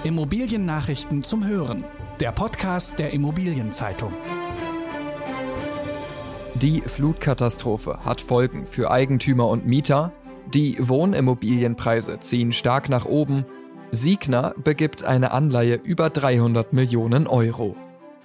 Immobiliennachrichten zum Hören. Der Podcast der Immobilienzeitung. Die Flutkatastrophe hat Folgen für Eigentümer und Mieter. Die Wohnimmobilienpreise ziehen stark nach oben. Signa begibt eine Anleihe über 300 Millionen Euro.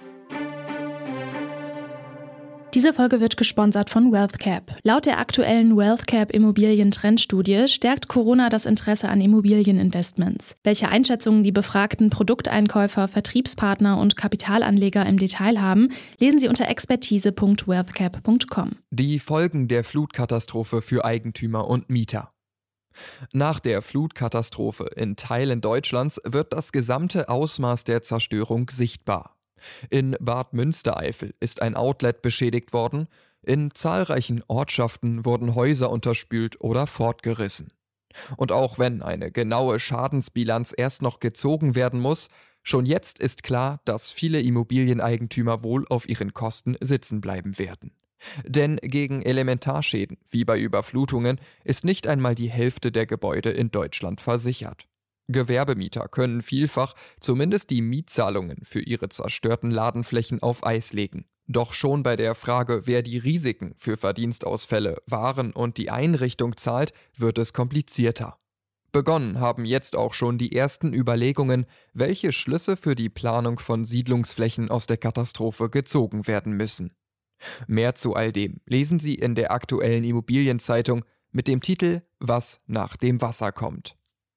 Diese Folge wird gesponsert von WealthCap. Laut der aktuellen WealthCap Immobilien-Trendstudie stärkt Corona das Interesse an Immobilieninvestments. Welche Einschätzungen die befragten Produkteinkäufer, Vertriebspartner und Kapitalanleger im Detail haben, lesen Sie unter expertise.wealthcap.com. Die Folgen der Flutkatastrophe für Eigentümer und Mieter. Nach der Flutkatastrophe in Teilen Deutschlands wird das gesamte Ausmaß der Zerstörung sichtbar. In Bad Münstereifel ist ein Outlet beschädigt worden, in zahlreichen Ortschaften wurden Häuser unterspült oder fortgerissen. Und auch wenn eine genaue Schadensbilanz erst noch gezogen werden muss, schon jetzt ist klar, dass viele Immobilieneigentümer wohl auf ihren Kosten sitzen bleiben werden. Denn gegen Elementarschäden, wie bei Überflutungen, ist nicht einmal die Hälfte der Gebäude in Deutschland versichert. Gewerbemieter können vielfach zumindest die Mietzahlungen für ihre zerstörten Ladenflächen auf Eis legen. Doch schon bei der Frage, wer die Risiken für Verdienstausfälle, Waren und die Einrichtung zahlt, wird es komplizierter. Begonnen haben jetzt auch schon die ersten Überlegungen, welche Schlüsse für die Planung von Siedlungsflächen aus der Katastrophe gezogen werden müssen. Mehr zu all dem lesen Sie in der aktuellen Immobilienzeitung mit dem Titel »Was nach dem Wasser kommt«.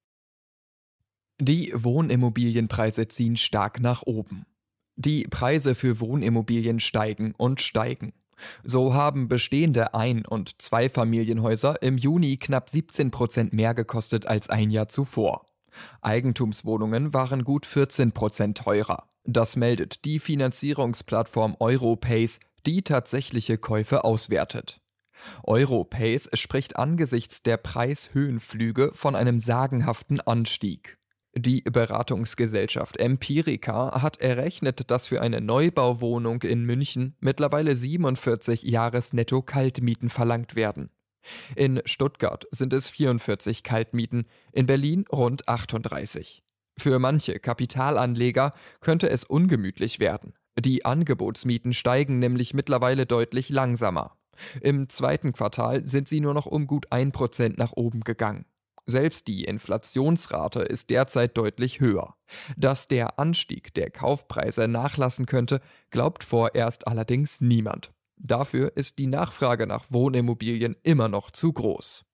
Die Wohnimmobilienpreise ziehen stark nach oben. Die Preise für Wohnimmobilien steigen und steigen. So haben bestehende Ein- und Zweifamilienhäuser im Juni knapp 17% mehr gekostet als ein Jahr zuvor. Eigentumswohnungen waren gut 14% teurer. Das meldet die Finanzierungsplattform Europace, die tatsächliche Käufe auswertet. Europace spricht angesichts der Preishöhenflüge von einem sagenhaften Anstieg. Die Beratungsgesellschaft Empirica hat errechnet, dass für eine Neubauwohnung in München mittlerweile 47 Jahresnetto-Kaltmieten verlangt werden. In Stuttgart sind es 44 Kaltmieten, in Berlin rund 38. Für manche Kapitalanleger könnte es ungemütlich werden. Die Angebotsmieten steigen nämlich mittlerweile deutlich langsamer. Im zweiten Quartal sind sie nur noch um gut 1% nach oben gegangen. Selbst die Inflationsrate ist derzeit deutlich höher. Dass der Anstieg der Kaufpreise nachlassen könnte, glaubt vorerst allerdings niemand. Dafür ist die Nachfrage nach Wohnimmobilien immer noch zu groß.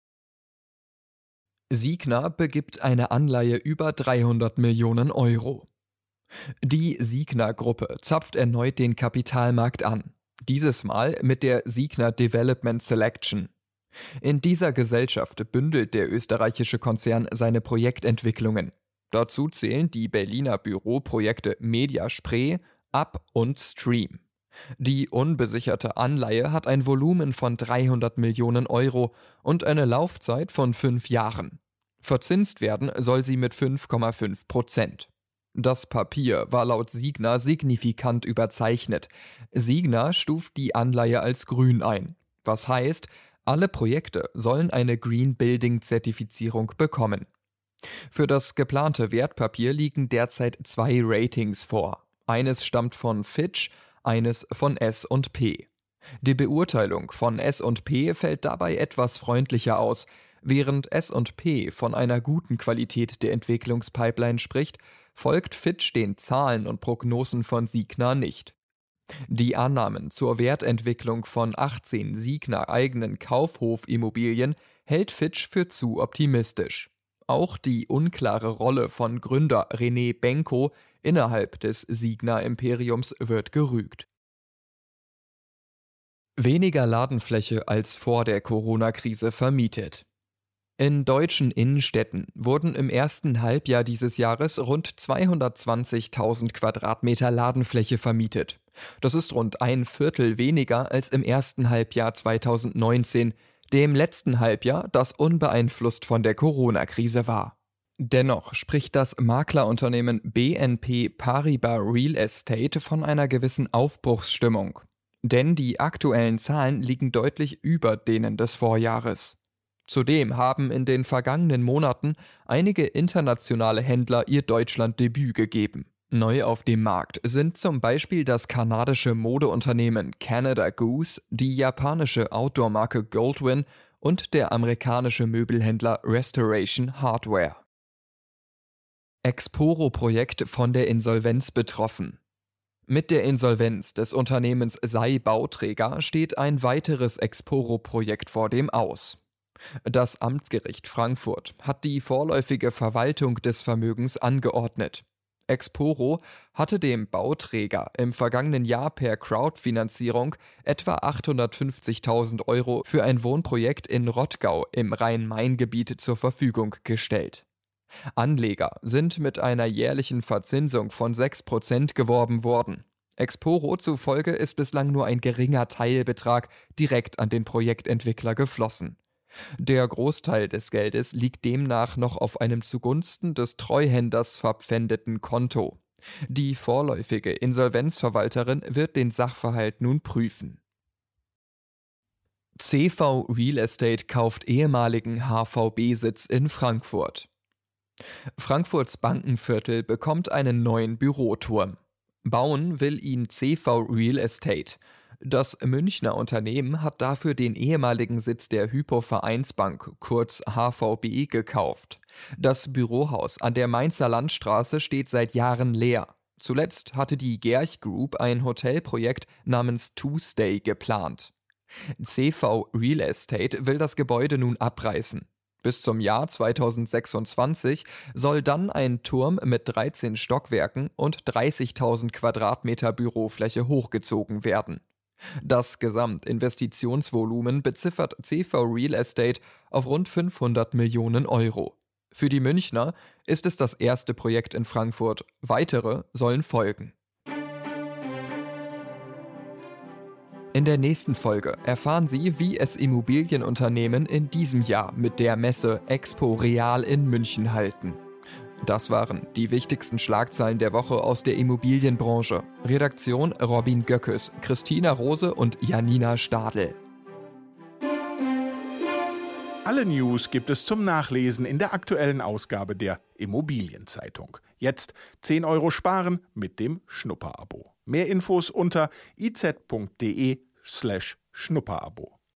Signa begibt eine Anleihe über 300 Millionen Euro. Die Signa-Gruppe zapft erneut den Kapitalmarkt an. Dieses Mal mit der Signa Development Selection. In dieser Gesellschaft bündelt der österreichische Konzern seine Projektentwicklungen. Dazu zählen die Berliner Büroprojekte Media Spree, Up und Stream. Die unbesicherte Anleihe hat ein Volumen von 300 Millionen Euro und eine Laufzeit von 5 Jahren. Verzinst werden soll sie mit 5,5%. Das Papier war laut Signa signifikant überzeichnet. Signa stuft die Anleihe als grün ein. Was heißt, alle Projekte sollen eine Green Building Zertifizierung bekommen. Für das geplante Wertpapier liegen derzeit 2 Ratings vor. Eines stammt von Fitch, eines von S&P. Die Beurteilung von S&P fällt dabei etwas freundlicher aus. Während S&P von einer guten Qualität der Entwicklungspipeline spricht, folgt Fitch den Zahlen und Prognosen von Signa nicht. Die Annahmen zur Wertentwicklung von 18 Signa-eigenen Kaufhofimmobilien hält Fitch für zu optimistisch. Auch die unklare Rolle von Gründer René Benko innerhalb des Signa-Imperiums wird gerügt. Weniger Ladenfläche als vor der Corona-Krise vermietet. In deutschen Innenstädten wurden im ersten Halbjahr dieses Jahres rund 220.000 Quadratmeter Ladenfläche vermietet. Das ist rund ein Viertel weniger als im ersten Halbjahr 2019, dem letzten Halbjahr, das unbeeinflusst von der Corona-Krise war. Dennoch spricht das Maklerunternehmen BNP Paribas Real Estate von einer gewissen Aufbruchsstimmung. Denn die aktuellen Zahlen liegen deutlich über denen des Vorjahres. Zudem haben in den vergangenen Monaten einige internationale Händler ihr Deutschlanddebüt gegeben. Neu auf dem Markt sind zum Beispiel das kanadische Modeunternehmen Canada Goose, die japanische Outdoor-Marke Goldwyn und der amerikanische Möbelhändler Restoration Hardware. Exporo-Projekt von der Insolvenz betroffen. Mit der Insolvenz des Unternehmens Sei Bauträger steht ein weiteres Exporo-Projekt vor dem Aus. Das Amtsgericht Frankfurt hat die vorläufige Verwaltung des Vermögens angeordnet. Exporo hatte dem Bauträger im vergangenen Jahr per Crowdfinanzierung etwa 850.000 Euro für ein Wohnprojekt in Rottgau im Rhein-Main-Gebiet zur Verfügung gestellt. Anleger sind mit einer jährlichen Verzinsung von 6% geworben worden. Exporo zufolge ist bislang nur ein geringer Teilbetrag direkt an den Projektentwickler geflossen. Der Großteil des Geldes liegt demnach noch auf einem zugunsten des Treuhänders verpfändeten Konto. Die vorläufige Insolvenzverwalterin wird den Sachverhalt nun prüfen. CV Real Estate kauft ehemaligen HVB-Sitz in Frankfurt. Frankfurts Bankenviertel bekommt einen neuen Büroturm. Bauen will ihn CV Real Estate. Das Münchner Unternehmen hat dafür den ehemaligen Sitz der Hypo-Vereinsbank, kurz HVB, gekauft. Das Bürohaus an der Mainzer Landstraße steht seit Jahren leer. Zuletzt hatte die Gerch Group ein Hotelprojekt namens Tuesday geplant. CV Real Estate will das Gebäude nun abreißen. Bis zum Jahr 2026 soll dann ein Turm mit 13 Stockwerken und 30.000 Quadratmeter Bürofläche hochgezogen werden. Das Gesamtinvestitionsvolumen beziffert CV Real Estate auf rund 500 Millionen Euro. Für die Münchner ist es das erste Projekt in Frankfurt. Weitere sollen folgen. In der nächsten Folge erfahren Sie, wie es Immobilienunternehmen in diesem Jahr mit der Messe Expo Real in München halten. Das waren die wichtigsten Schlagzeilen der Woche aus der Immobilienbranche. Redaktion Robin Göckes, Christina Rose und Janina Stadl. Alle News gibt es zum Nachlesen in der aktuellen Ausgabe der Immobilienzeitung. Jetzt 10 Euro sparen mit dem Schnupperabo. Mehr Infos unter iz.de/Schnupperabo.